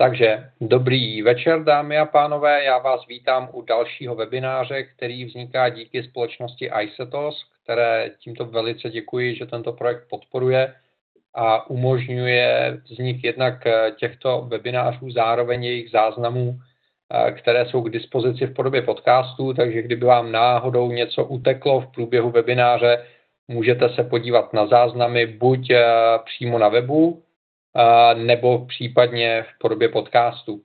Takže dobrý večer, dámy a pánové, já vás vítám u dalšího webináře, který vzniká díky společnosti iSetos, které tímto velice děkuji, že tento projekt podporuje a umožňuje vznik jednak těchto webinářů, zároveň jejich záznamů, které jsou k dispozici v podobě podcastů, takže kdyby vám náhodou něco uteklo v průběhu webináře, můžete se podívat na záznamy buď přímo na webu, nebo případně v podobě podcastu.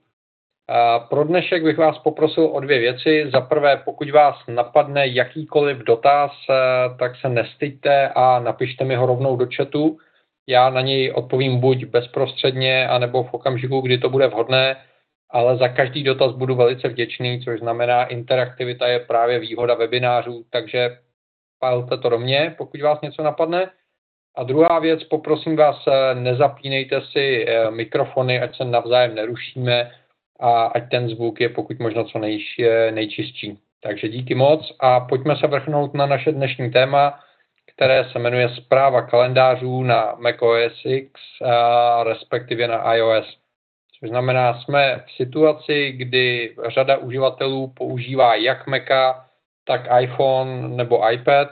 Pro dnešek bych vás poprosil o dvě věci. Za prvé, pokud vás napadne jakýkoliv dotaz, tak se nestyďte a napište mi ho rovnou do chatu. Já na něj odpovím buď bezprostředně, anebo v okamžiku, kdy to bude vhodné, ale za každý dotaz budu velice vděčný, což znamená, interaktivita je právě výhoda webinářů, takže pálte to do mě, pokud vás něco napadne. A druhá věc, poprosím vás, nezapínejte si mikrofony, ať se navzájem nerušíme a ať ten zvuk je pokud možno co nejčistší. Takže díky moc a pojďme se vrchnout na naše dnešní téma, které se jmenuje správa kalendářů na macOS X, respektive na iOS. Což znamená, jsme v situaci, kdy řada uživatelů používá jak Maca, tak iPhone nebo iPad,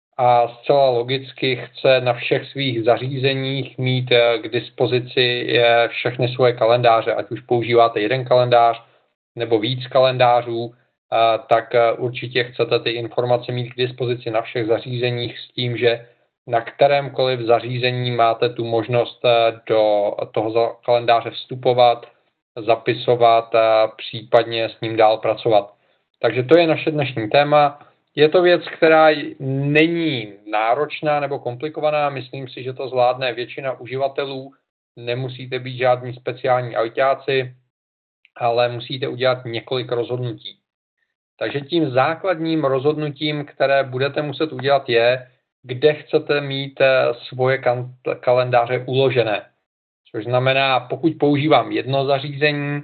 a zcela logicky chce na všech svých zařízeních mít k dispozici všechny svoje kalendáře, ať už používáte jeden kalendář nebo víc kalendářů, tak určitě chcete ty informace mít k dispozici na všech zařízeních s tím, že na kterémkoliv zařízení máte tu možnost do toho kalendáře vstupovat, zapisovat a případně s ním dál pracovat. Takže to je naše dnešní téma. Je to věc, která není náročná nebo komplikovaná, myslím si, že to zvládne většina uživatelů, nemusíte být žádní speciální ajťáci, ale musíte udělat několik rozhodnutí. Takže tím základním rozhodnutím, které budete muset udělat, je, kde chcete mít svoje kalendáře uložené. Což znamená, pokud používám jedno zařízení,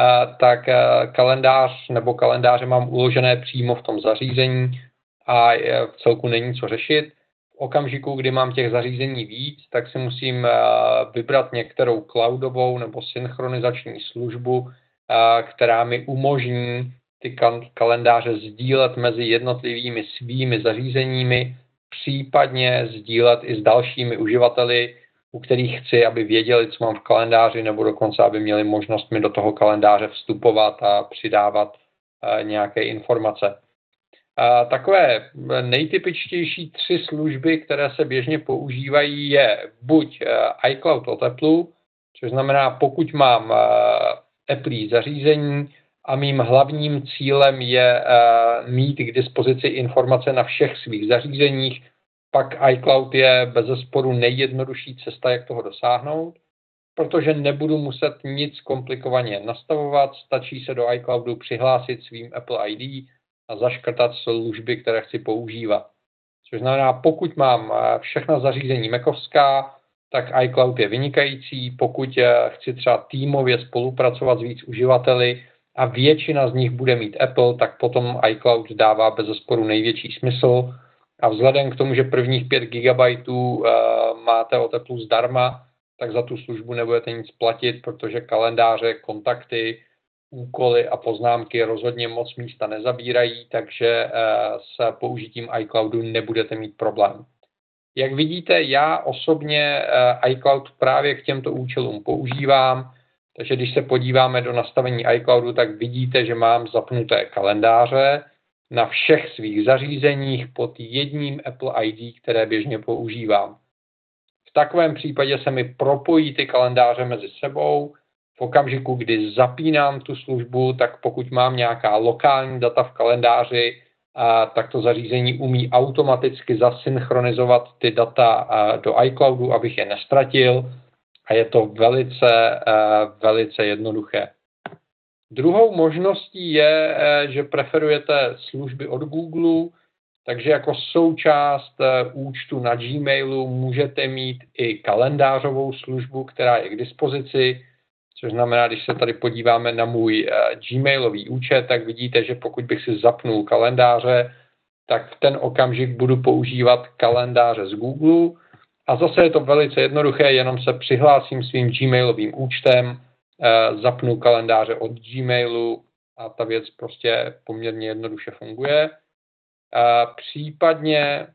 tak kalendář nebo kalendáře mám uložené přímo v tom zařízení a v celku není co řešit. V okamžiku, kdy mám těch zařízení víc, tak si musím vybrat některou cloudovou nebo synchronizační službu, která mi umožní ty kalendáře sdílet mezi jednotlivými svými zařízeními, případně sdílet i s dalšími uživateli, u kterých chci, aby věděli, co mám v kalendáři, nebo dokonce, aby měli možnost mi do toho kalendáře vstupovat a přidávat nějaké informace. Takové nejtypičtější 3 služby, které se běžně používají, je buď iCloud od Apple, což znamená, pokud mám Apple zařízení a mým hlavním cílem je mít k dispozici informace na všech svých zařízeních, pak iCloud je bezesporu nejjednodušší cesta, jak toho dosáhnout, protože nebudu muset nic komplikovaně nastavovat, stačí se do iCloudu přihlásit svým Apple ID a zaškrtat služby, které chci používat. Což znamená, pokud mám všechna zařízení macovská, tak iCloud je vynikající, pokud chci třeba týmově spolupracovat s víc uživateli a většina z nich bude mít Apple, tak potom iCloud dává bezesporu největší smysl. A vzhledem k tomu, že prvních 5 GB máte od Apple zdarma, tak za tu službu nebudete nic platit, protože kalendáře, kontakty, úkoly a poznámky rozhodně moc místa nezabírají, takže s použitím iCloudu nebudete mít problém. Jak vidíte, já osobně iCloud právě k těmto účelům používám, takže když se podíváme do nastavení iCloudu, tak vidíte, že mám zapnuté kalendáře na všech svých zařízeních pod jedním Apple ID, které běžně používám. V takovém případě se mi propojí ty kalendáře mezi sebou. V okamžiku, kdy zapínám tu službu, tak pokud mám nějaká lokální data v kalendáři, tak to zařízení umí automaticky zasynchronizovat ty data do iCloudu, abych je nestratil, a je to velice jednoduché. Druhou možností je, že preferujete služby od Google, takže jako součást účtu na Gmailu můžete mít i kalendářovou službu, která je k dispozici, což znamená, když se tady podíváme na můj Gmailový účet, tak vidíte, že pokud bych si zapnul kalendáře, tak v ten okamžik budu používat kalendáře z Google. A zase je to velice jednoduché, jenom se přihlásím svým Gmailovým účtem zapnu kalendáře od Gmailu a ta věc prostě poměrně jednoduše funguje. Případně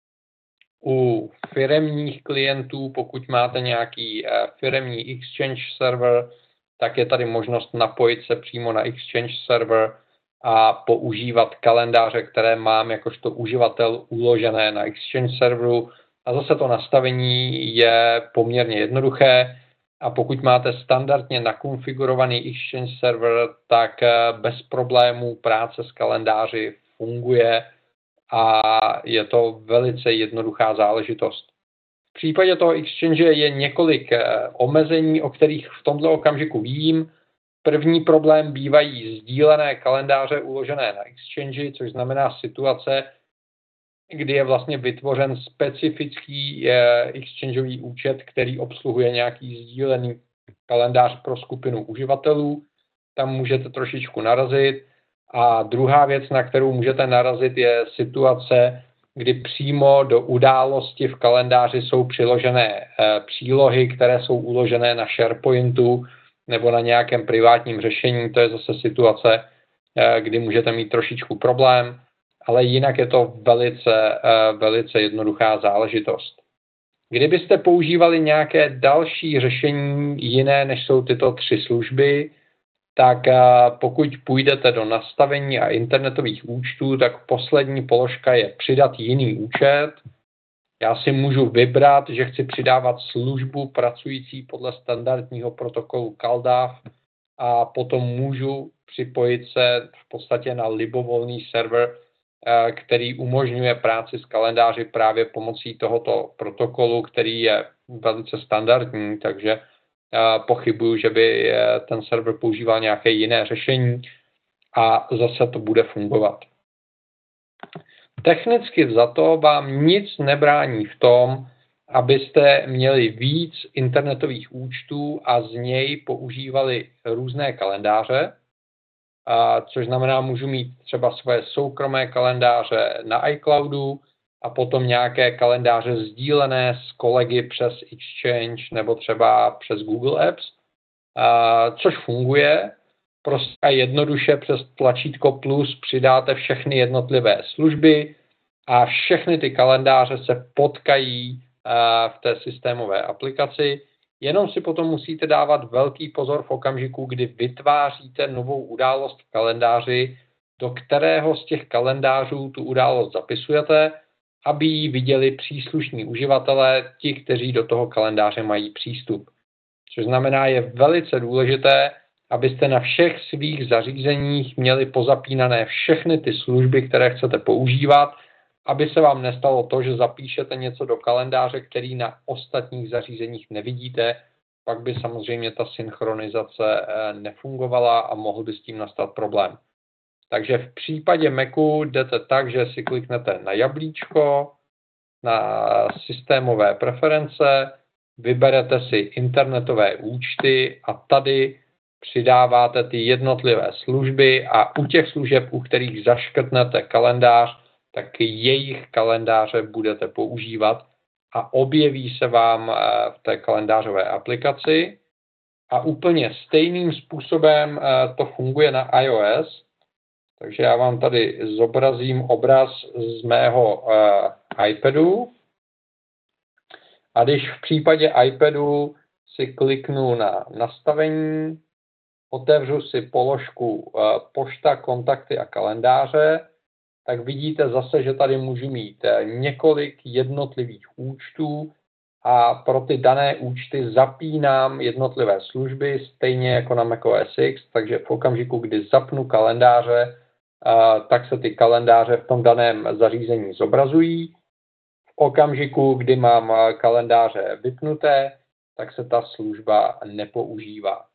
u firemních klientů, pokud máte nějaký firemní Exchange server, tak je tady možnost napojit se přímo na Exchange server a používat kalendáře, které mám jakožto uživatel uložené na Exchange serveru. A zase to nastavení je poměrně jednoduché. A pokud máte standardně nakonfigurovaný Exchange server, tak bez problémů práce s kalendáři funguje a je to velice jednoduchá záležitost. V případě toho Exchange je několik omezení, o kterých v tomto okamžiku vím. První problém bývají sdílené kalendáře uložené na Exchange, což znamená situace, kdy je vlastně vytvořen specifický exchangeový účet, který obsluhuje nějaký sdílený kalendář pro skupinu uživatelů. Tam můžete trošičku narazit. A druhá věc, na kterou můžete narazit, je situace, kdy přímo do události v kalendáři jsou přiložené přílohy, které jsou uložené na SharePointu nebo na nějakém privátním řešení. To je zase situace, kdy můžete mít trošičku problém, ale jinak je to velice jednoduchá záležitost. Kdybyste používali nějaké další řešení jiné, než jsou tyto 3 služby, tak pokud půjdete do nastavení a internetových účtů, tak poslední položka je přidat jiný účet. Já si můžu vybrat, že chci přidávat službu pracující podle standardního protokolu CalDAV a potom můžu připojit se v podstatě na libovolný server, který umožňuje práci s kalendáři právě pomocí tohoto protokolu, který je velice standardní, takže pochybuju, že by ten server používal nějaké jiné řešení a zase to bude fungovat. Technicky vzato vám nic nebrání v tom, abyste měli víc internetových účtů a z něj používali různé kalendáře, což znamená, můžu mít třeba své soukromé kalendáře na iCloudu a potom nějaké kalendáře sdílené s kolegy přes Exchange nebo třeba přes Google Apps, což funguje. Prostě jednoduše přes tlačítko plus přidáte všechny jednotlivé služby a všechny ty kalendáře se potkají v té systémové aplikaci. Jenom si potom musíte dávat velký pozor v okamžiku, kdy vytváříte novou událost v kalendáři, do kterého z těch kalendářů tu událost zapisujete, aby ji viděli příslušní uživatelé, ti, kteří do toho kalendáře mají přístup. Což znamená, je velice důležité, abyste na všech svých zařízeních měli pozapínané všechny ty služby, které chcete používat, aby se vám nestalo to, že zapíšete něco do kalendáře, který na ostatních zařízeních nevidíte, pak by samozřejmě ta synchronizace nefungovala a mohl by s tím nastat problém. Takže v případě Macu jdete tak, že si kliknete na jablíčko, na systémové preference, vyberete si internetové účty a tady přidáváte ty jednotlivé služby a u těch služeb, u kterých zaškrtnete kalendář, tak jejich kalendáře budete používat a objeví se vám v té kalendářové aplikaci. A úplně stejným způsobem to funguje na iOS. Takže já vám tady zobrazím obraz z mého iPadu. A když v případě iPadu si kliknu na nastavení, otevřu si položku pošta, kontakty a kalendáře, tak vidíte zase, že tady můžu mít několik jednotlivých účtů a pro ty dané účty zapínám jednotlivé služby, stejně jako na macOS X, takže v okamžiku, kdy zapnu kalendáře, tak se ty kalendáře v tom daném zařízení zobrazují. V okamžiku, kdy mám kalendáře vypnuté, tak se ta služba nepoužívá.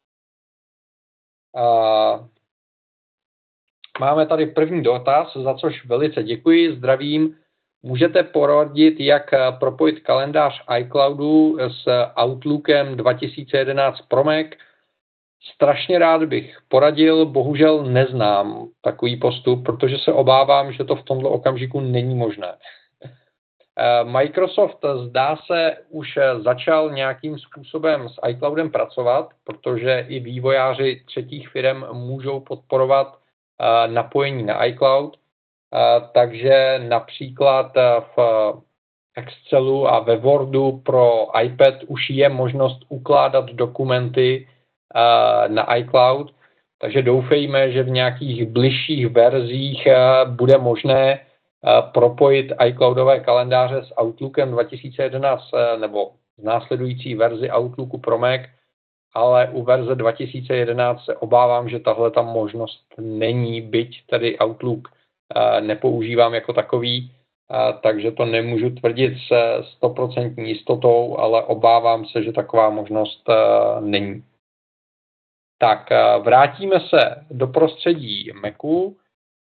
Máme tady první dotaz, za což velice děkuji, zdravím. Můžete poradit, jak propojit kalendář iCloudu s Outlookem 2011 pro Mac? Strašně rád bych poradil, bohužel neznám takový postup, protože se obávám, že to v tomto okamžiku není možné. Microsoft zdá se už začal nějakým způsobem s iCloudem pracovat, protože i vývojáři třetích firm můžou podporovat napojení na iCloud. Takže například v Excelu a ve Wordu pro iPad už je možnost ukládat dokumenty na iCloud, takže doufejme, že v nějakých bližších verzích bude možné propojit iCloudové kalendáře s Outlookem 2011 nebo z následující verzi Outlooku pro Mac, ale u verze 2011 se obávám, že tahle tam možnost není, byť tady Outlook nepoužívám jako takový, takže to nemůžu tvrdit se 100% jistotou, ale obávám se, že taková možnost není. Tak, vrátíme se do prostředí Macu.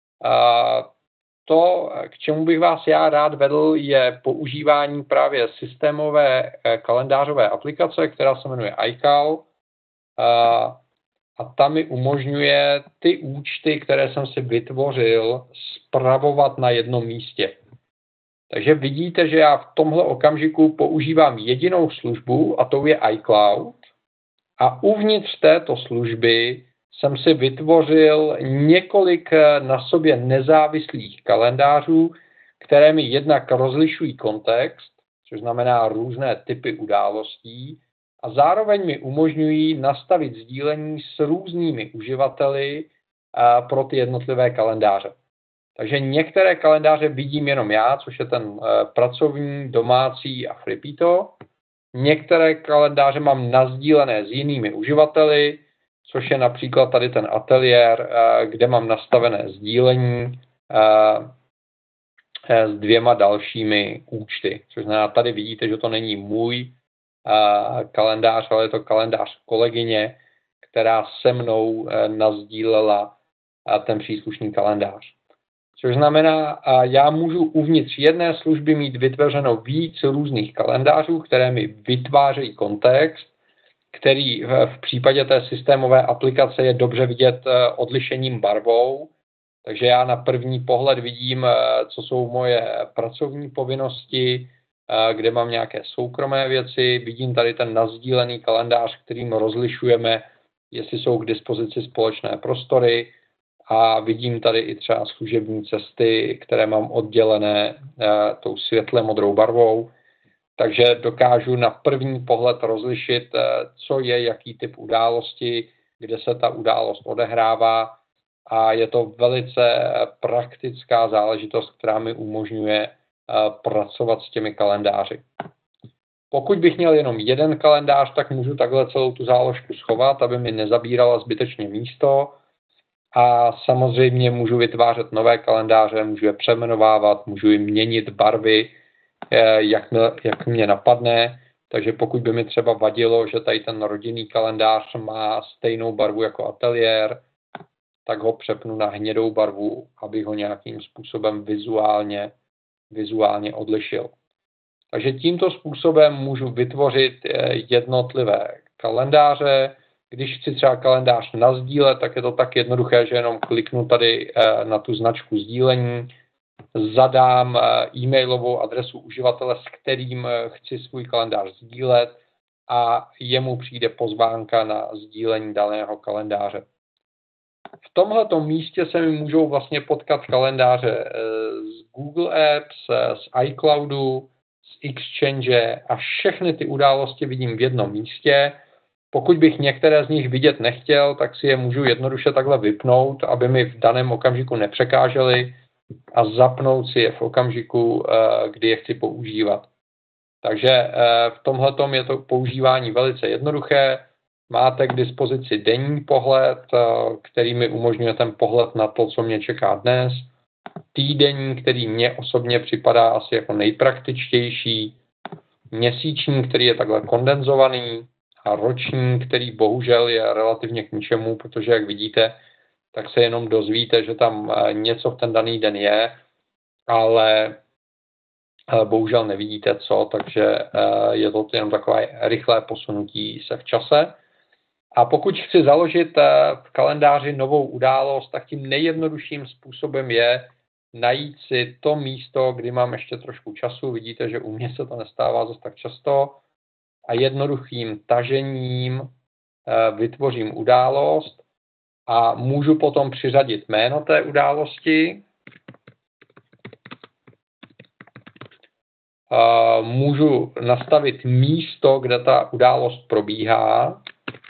To, k čemu bych vás já rád vedl, je používání právě systémové kalendářové aplikace, která se jmenuje iCal. A ta mi umožňuje ty účty, které jsem si vytvořil, spravovat na jednom místě. Takže vidíte, že já v tomhle okamžiku používám jedinou službu, a to je iCloud. A uvnitř této služby jsem si vytvořil několik na sobě nezávislých kalendářů, které mi jednak rozlišují kontext, což znamená různé typy událostí, a zároveň mi umožňují nastavit sdílení s různými uživateli pro ty jednotlivé kalendáře. Takže některé kalendáře vidím jenom já, což je ten pracovní, domácí a Flipito. Některé kalendáře mám nasdílené s jinými uživateli, což je například tady ten ateliér, kde mám nastavené sdílení s 2 dalšími účty. Což znamená, tady vidíte, že to není můj kalendář, ale je to kalendář kolegyně, která se mnou nasdílela ten příslušný kalendář. Což znamená, já můžu uvnitř jedné služby mít vytvořeno víc různých kalendářů, které mi vytvářejí kontext, který v případě té systémové aplikace je dobře vidět odlišením barvou. Takže já na první pohled vidím, co jsou moje pracovní povinnosti, kde mám nějaké soukromé věci. Vidím tady ten nasdílený kalendář, kterým rozlišujeme, jestli jsou k dispozici společné prostory. A vidím tady i třeba služební cesty, které mám oddělené tou světle modrou barvou. Takže dokážu na první pohled rozlišit, co je jaký typ události, kde se ta událost odehrává. A je to velice praktická záležitost, která mi umožňuje pracovat s těmi kalendáři. Pokud bych měl jenom jeden kalendář, tak můžu takhle celou tu záložku schovat, aby mi nezabírala zbytečně místo. A samozřejmě můžu vytvářet nové kalendáře, můžu je přejmenovávat, můžu jim měnit barvy, jak mě napadne. Takže pokud by mi třeba vadilo, že tady ten rodinný kalendář má stejnou barvu jako ateliér, tak ho přepnu na hnědou barvu, abych ho nějakým způsobem vizuálně odlišil. Takže tímto způsobem můžu vytvořit jednotlivé kalendáře. Když chci třeba kalendář nasdílet, tak je to tak jednoduché, že jenom kliknu tady na tu značku sdílení, zadám e-mailovou adresu uživatele, s kterým chci svůj kalendář sdílet, a jemu přijde pozvánka na sdílení daného kalendáře. V tomhletom místě se mi můžou vlastně potkat kalendáře z Google Apps, z iCloudu, z Exchange, a všechny ty události vidím v jednom místě. Pokud bych některé z nich vidět nechtěl, tak si je můžu jednoduše takhle vypnout, aby mi v daném okamžiku nepřekážely, a zapnout si je v okamžiku, kdy je chci používat. Takže v tomhletom je to používání velice jednoduché. Máte k dispozici denní pohled, který mi umožňuje ten pohled na to, co mě čeká dnes. Týdenní, který mně osobně připadá asi jako nejpraktičtější. Měsíční, který je takhle kondenzovaný. A roční, který bohužel je relativně k ničemu, protože jak vidíte, tak se jenom dozvíte, že tam něco v ten daný den je, ale bohužel nevidíte co, takže je to jenom takové rychlé posunutí se v čase. A pokud chci založit v kalendáři novou událost, tak tím nejjednodušším způsobem je najít si to místo, kdy mám ještě trošku času. Vidíte, že u mě se to nestává zase tak často. A jednoduchým tažením vytvořím událost a můžu potom přiřadit jméno té události. Můžu nastavit místo, kde ta událost probíhá,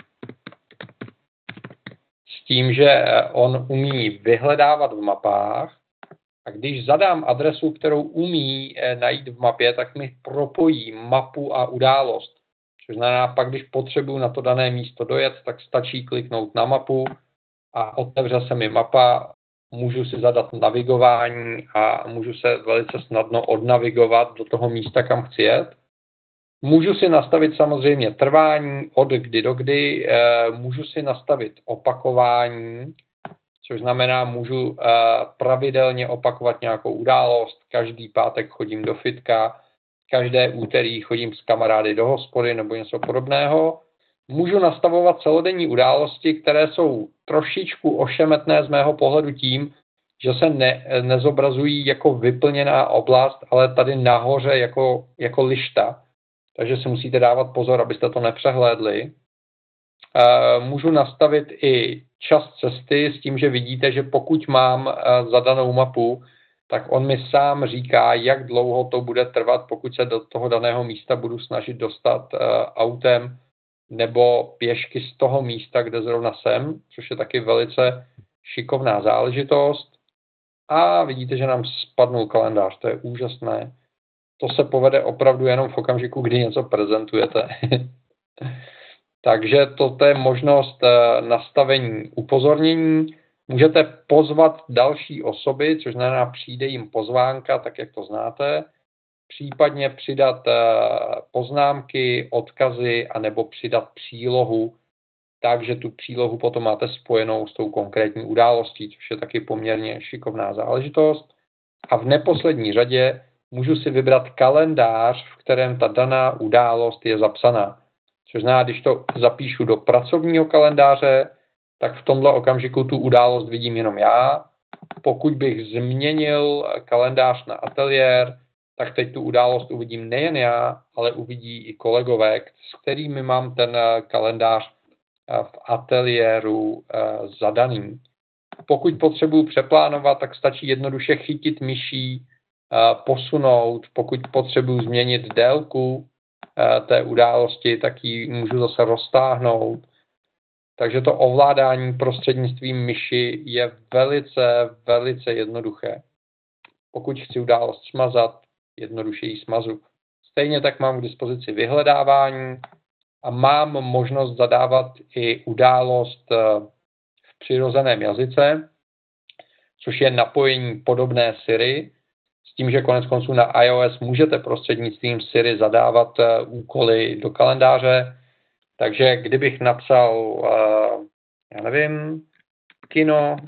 s tím, že on umí vyhledávat v mapách. A když zadám adresu, kterou umí najít v mapě, tak mi propojí mapu a událost. Což znamená, pak když potřebuji na to dané místo dojet, tak stačí kliknout na mapu a otevře se mi mapa, můžu si zadat navigování a můžu se velice snadno odnavigovat do toho místa, kam chci jet. Můžu si nastavit samozřejmě trvání od kdy do kdy, můžu si nastavit opakování, což znamená, můžu pravidelně opakovat nějakou událost, každý pátek chodím do fitka, každé úterý chodím s kamarády do hospody nebo něco podobného. Můžu nastavovat celodenní události, které jsou trošičku ošemetné z mého pohledu tím, že se nezobrazují jako vyplněná oblast, ale tady nahoře jako lišta. Takže si musíte dávat pozor, abyste to nepřehlédli. Můžu nastavit i čas cesty s tím, že vidíte, že pokud mám zadanou mapu, tak on mi sám říká, jak dlouho to bude trvat, pokud se do toho daného místa budu snažit dostat autem nebo pěšky z toho místa, kde zrovna jsem, což je taky velice šikovná záležitost. A vidíte, že nám spadnul kalendář, to je úžasné. To se povede opravdu jenom v okamžiku, kdy něco prezentujete. Takže toto je možnost nastavení upozornění. Můžete pozvat další osoby, což znamená, přijde jim pozvánka, tak jak to znáte. Případně přidat poznámky, odkazy, anebo přidat přílohu, takže tu přílohu potom máte spojenou s tou konkrétní událostí, což je taky poměrně šikovná záležitost. A v neposlední řadě můžu si vybrat kalendář, v kterém ta daná událost je zapsaná. Což znamená, když to zapíšu do pracovního kalendáře, tak v tomto okamžiku tu událost vidím jenom já. Pokud bych změnil kalendář na ateliér, tak teď tu událost uvidím nejen já, ale uvidí i kolegové, s kterými mám ten kalendář v ateliéru zadaný. Pokud potřebuji přeplánovat, tak stačí jednoduše chytit myší, posunout. Pokud potřebuji změnit délku té události, tak ji můžu zase roztáhnout. Takže to ovládání prostřednictvím myši je velice, velice jednoduché. Pokud chci událost smazat, jednoduše ji smazu. Stejně tak mám k dispozici vyhledávání a mám možnost zadávat i událost v přirozeném jazyce, což je napojení podobné Siri, s tím, že konec konců na iOS můžete prostřednictvím Siri zadávat úkoly do kalendáře. Takže kdybych napsal, já nevím, kino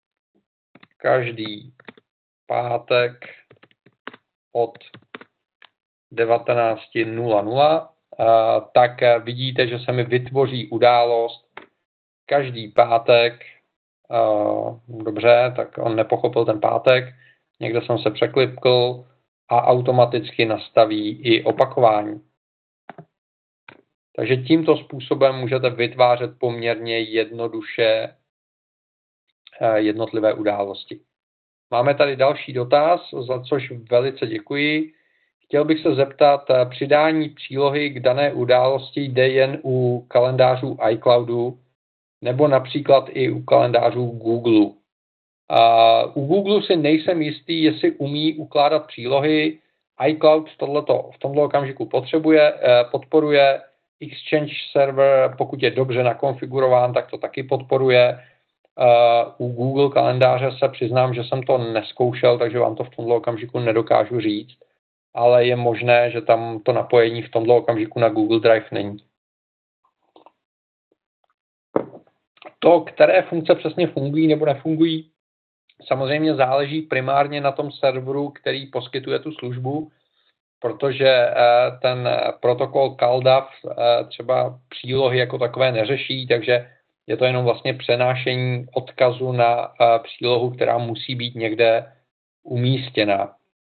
každý pátek od 19:00, tak vidíte, že se mi vytvoří událost každý pátek. Dobře, tak on nepochopil ten pátek, někde jsem se překlipkl a automaticky nastaví i opakování. Takže tímto způsobem můžete vytvářet poměrně jednoduše jednotlivé události. Máme tady další dotaz, za což velice děkuji. Chtěl bych se zeptat, přidání přílohy k dané události jde jen u kalendářů iCloudu nebo například i u kalendářů Google. U Google si nejsem jistý, jestli umí ukládat přílohy. iCloud v tomto okamžiku podporuje. Exchange server, pokud je dobře nakonfigurován, tak to taky podporuje. U Google kalendáře se přiznám, že jsem to neskoušel, takže vám to v tomto okamžiku nedokážu říct, ale je možné, že tam to napojení v tomto okamžiku na Google Drive není. To, které funkce přesně fungují nebo nefungují, samozřejmě záleží primárně na tom serveru, který poskytuje tu službu, protože ten protokol CalDAV třeba přílohy jako takové neřeší, takže je to jenom vlastně přenášení odkazu na přílohu, která musí být někde umístěna.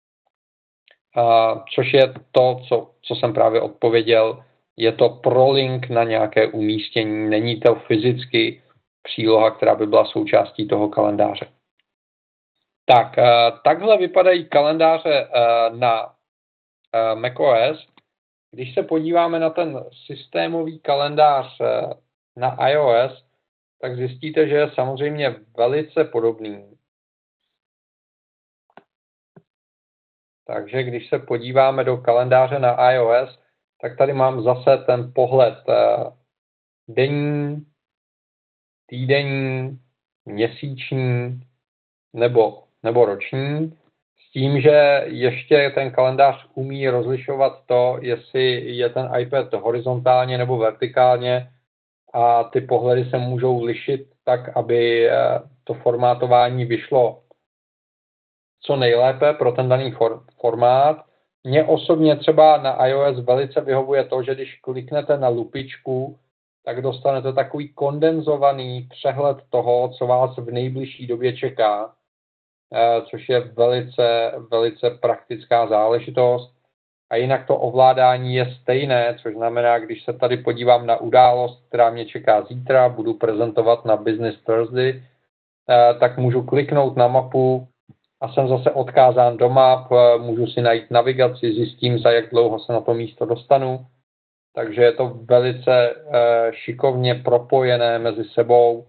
Což je to, co jsem právě odpověděl. Je to prolink na nějaké umístění, není to fyzicky příloha, která by byla součástí toho kalendáře. Tak, takhle vypadají kalendáře na macOS. Když se podíváme na ten systémový kalendář na iOS, tak zjistíte, že je samozřejmě velice podobný. Takže když se podíváme do kalendáře na iOS, tak tady mám zase ten pohled denní, týdenní, měsíční nebo roční, s tím, že ještě ten kalendář umí rozlišovat to, jestli je ten iPad horizontálně nebo vertikálně, a ty pohledy se můžou lišit tak, aby to formátování vyšlo co nejlépe pro ten daný formát. Mně osobně třeba na iOS velice vyhovuje to, že když kliknete na lupičku, tak dostanete takový kondenzovaný přehled toho, co vás v nejbližší době čeká, což je velice praktická záležitost. A jinak to ovládání je stejné, což znamená, když se tady podívám na událost, která mě čeká zítra, budu prezentovat na Business Thursday, tak můžu kliknout na mapu a jsem zase odkázán do map, můžu si najít navigaci, zjistím, za jak dlouho se na to místo dostanu. Takže je to velice šikovně propojené mezi sebou.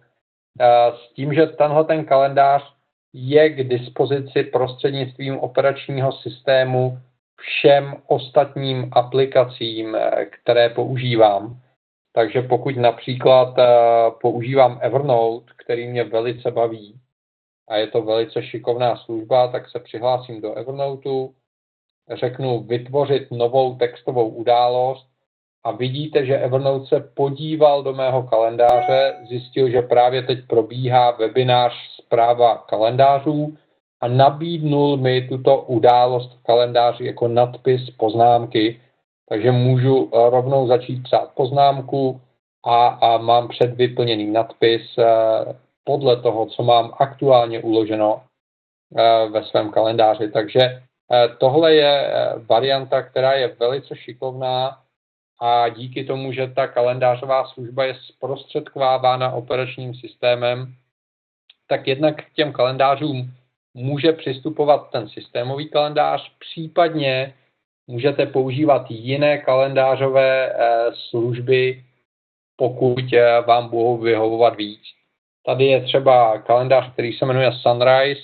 S tím, že tenhle ten kalendář je k dispozici prostřednictvím operačního systému všem ostatním aplikacím, které používám. Takže pokud například používám Evernote, který mě velice baví a je to velice šikovná služba, tak se přihlásím do Evernoteu, řeknu vytvořit novou textovou událost a vidíte, že Evernote se podíval do mého kalendáře, zjistil, že právě teď probíhá webinář Správa kalendářů a nabídnul mi tuto událost v kalendáři jako nadpis poznámky, takže můžu rovnou začít psát poznámku a mám předvyplněný nadpis podle toho, co mám aktuálně uloženo ve svém kalendáři. Takže tohle je varianta, která je velice šikovná a díky tomu, že ta kalendářová služba je zprostředkovávána operačním systémem, tak jednak k těm kalendářům může přistupovat ten systémový kalendář, případně můžete používat jiné kalendářové služby, pokud vám budou vyhovovat víc. Tady je třeba kalendář, který se jmenuje Sunrise,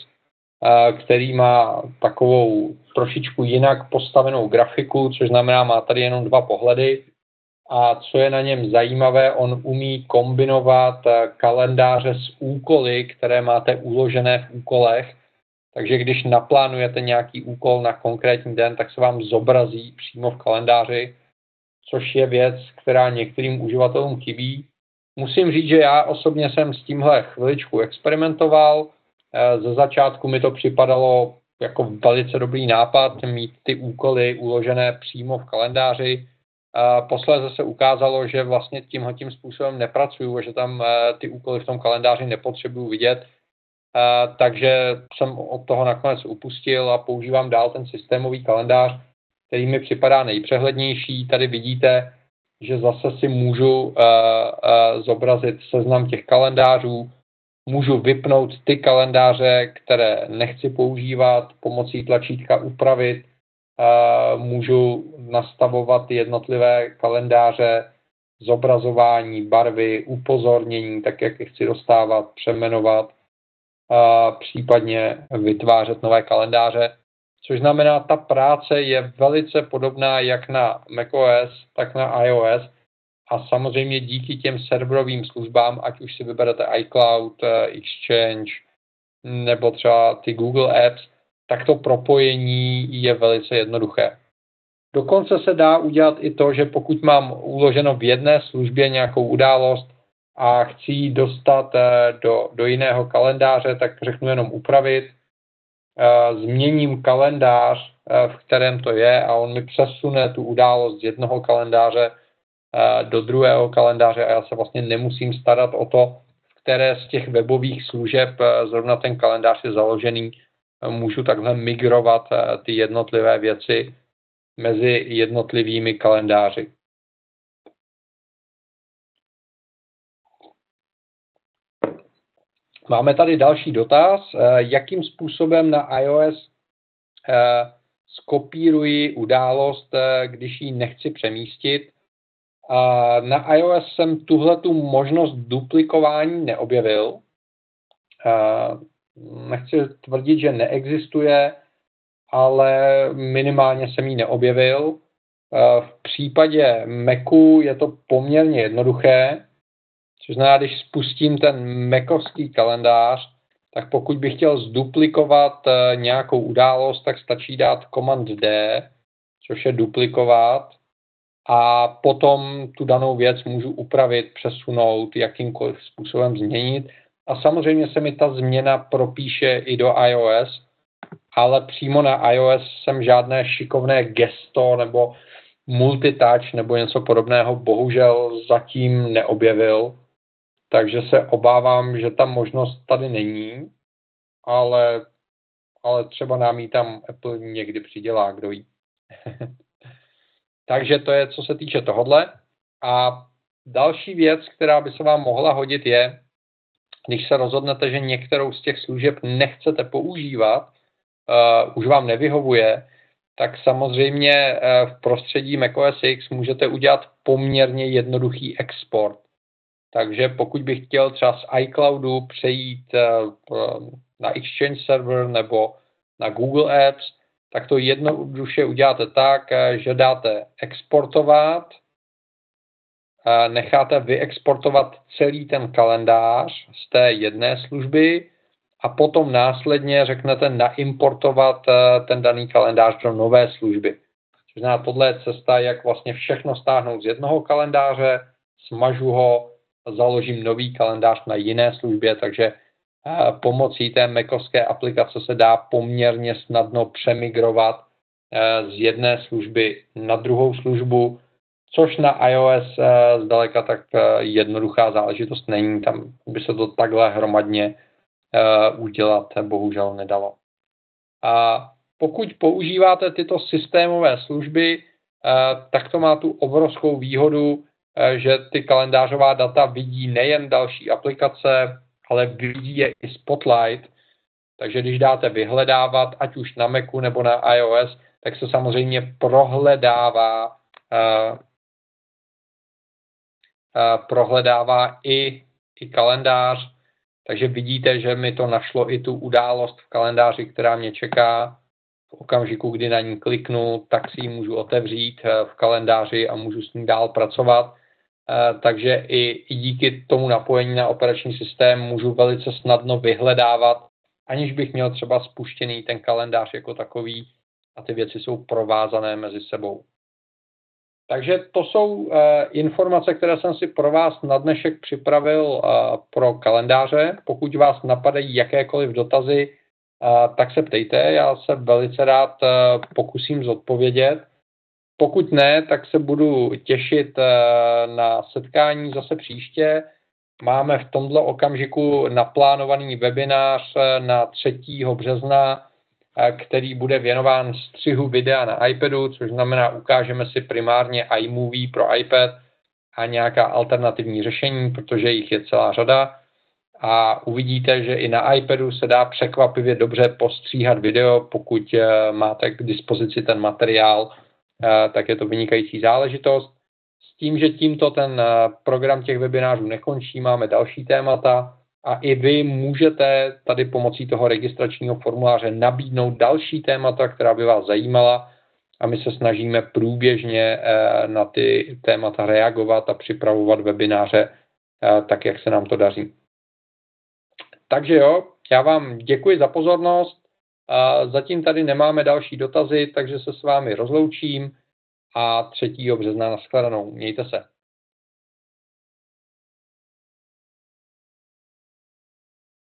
který má takovou trošičku jinak postavenou grafiku, což znamená, má tady jenom 2 pohledy. A co je na něm zajímavé, on umí kombinovat kalendáře s úkoly, které máte uložené v úkolech. Takže když naplánujete nějaký úkol na konkrétní den, tak se vám zobrazí přímo v kalendáři, což je věc, která některým uživatelům chybí. Musím říct, že já osobně jsem s tímhle chviličku experimentoval. Ze začátku mi to připadalo jako velice dobrý nápad mít ty úkoly uložené přímo v kalendáři. Posléze se ukázalo, že vlastně tímhletím způsobem nepracuju a že tam ty úkoly v tom kalendáři nepotřebuju vidět. Takže jsem od toho nakonec upustil a používám dál ten systémový kalendář, který mi připadá nejpřehlednější. Tady vidíte, že zase si můžu zobrazit seznam těch kalendářů, můžu vypnout ty kalendáře, které nechci používat, pomocí tlačítka upravit, můžu nastavovat jednotlivé kalendáře, zobrazování, barvy, upozornění, tak jak je chci dostávat, přeměnovat, případně vytvářet nové kalendáře. Což znamená, ta práce je velice podobná jak na macOS, tak na iOS a samozřejmě díky těm serverovým službám, ať už si vyberete iCloud, Exchange nebo třeba ty Google Apps, tak to propojení je velice jednoduché. Dokonce se dá udělat i to, že pokud mám uloženo v jedné službě nějakou událost a chci ji dostat do jiného kalendáře, tak řeknu jenom upravit, změním kalendář, v kterém to je a on mi přesune tu událost z jednoho kalendáře do druhého kalendáře a já se vlastně nemusím starat o to, v které z těch webových služeb zrovna ten kalendář je založený. můžu takhle migrovat ty jednotlivé věci mezi jednotlivými kalendáři. Máme tady další dotaz. Jakým způsobem na iOS skopíruji událost, když ji nechci přemístit? Na iOS jsem tuhletu možnost duplikování neobjevil. Nechci tvrdit, že neexistuje, ale minimálně jsem ji neobjevil. V případě Macu je to poměrně jednoduché, což znamená, když spustím ten Macovský kalendář, tak pokud bych chtěl zduplikovat nějakou událost, tak stačí dát Command D, což je duplikovat, a potom tu danou věc můžu upravit, přesunout, jakýmkoliv způsobem změnit. A samozřejmě se mi ta změna propíše i do iOS, ale přímo na iOS jsem žádné šikovné gesto nebo multitouch nebo něco podobného bohužel zatím neobjevil. Takže se obávám, že ta možnost tady není, ale třeba nám ji tam Apple někdy přidělá, kdo ví. Takže to je, co se týče tohodle. A další věc, která by se vám mohla hodit, je, když se rozhodnete, že některou z těch služeb nechcete používat, už vám nevyhovuje, tak samozřejmě v prostředí macOS X můžete udělat poměrně jednoduchý export. Takže pokud bych chtěl třeba z iCloudu přejít na Exchange server nebo na Google Apps, tak to jednoduše uděláte tak, že dáte exportovat, necháte vyexportovat celý ten kalendář z té jedné služby a potom následně řeknete naimportovat ten daný kalendář do nové služby. Což znamená, tohle je cesta, jak vlastně všechno stáhnout z jednoho kalendáře, smažu ho, založím nový kalendář na jiné službě, takže pomocí té macovské aplikace se dá poměrně snadno přemigrovat z jedné služby na druhou službu, což na iOS zdaleka tak jednoduchá záležitost není. Tam by se to takhle hromadně udělat bohužel nedalo. A pokud používáte tyto systémové služby, tak to má tu obrovskou výhodu, že ty kalendářová data vidí nejen další aplikace, ale vidí je i Spotlight. Takže když dáte vyhledávat, ať už na Macu nebo na iOS, tak se samozřejmě prohledává i kalendář. Takže vidíte, že mi to našlo i tu událost v kalendáři, která mě čeká. V okamžiku, kdy na ní kliknu, tak si ji můžu otevřít v kalendáři a můžu s ní dál pracovat. Takže i díky tomu napojení na operační systém můžu velice snadno vyhledávat, aniž bych měl třeba spuštěný ten kalendář jako takový a ty věci jsou provázané mezi sebou. Takže to jsou informace, které jsem si pro vás na dnešek připravil pro kalendáře. Pokud vás napadají jakékoliv dotazy, tak se ptejte, já se velice rád pokusím zodpovědět. Pokud ne, tak se budu těšit na setkání zase příště. Máme v tomto okamžiku naplánovaný webinář na 3. března, který bude věnován střihu videa na iPadu, což znamená, ukážeme si primárně iMovie pro iPad a nějaká alternativní řešení, protože jich je celá řada. A uvidíte, že i na iPadu se dá překvapivě dobře postříhat video, pokud máte k dispozici ten materiál, tak je to vynikající záležitost. S tím, že tímto ten program těch webinářů nekončí, máme další témata a i vy můžete tady pomocí toho registračního formuláře nabídnout další témata, která by vás zajímala a my se snažíme průběžně na ty témata reagovat a připravovat webináře tak, jak se nám to daří. Takže jo, já vám děkuji za pozornost. Zatím tady nemáme další dotazy, takže se s vámi rozloučím a 3. března nashledanou. Mějte se.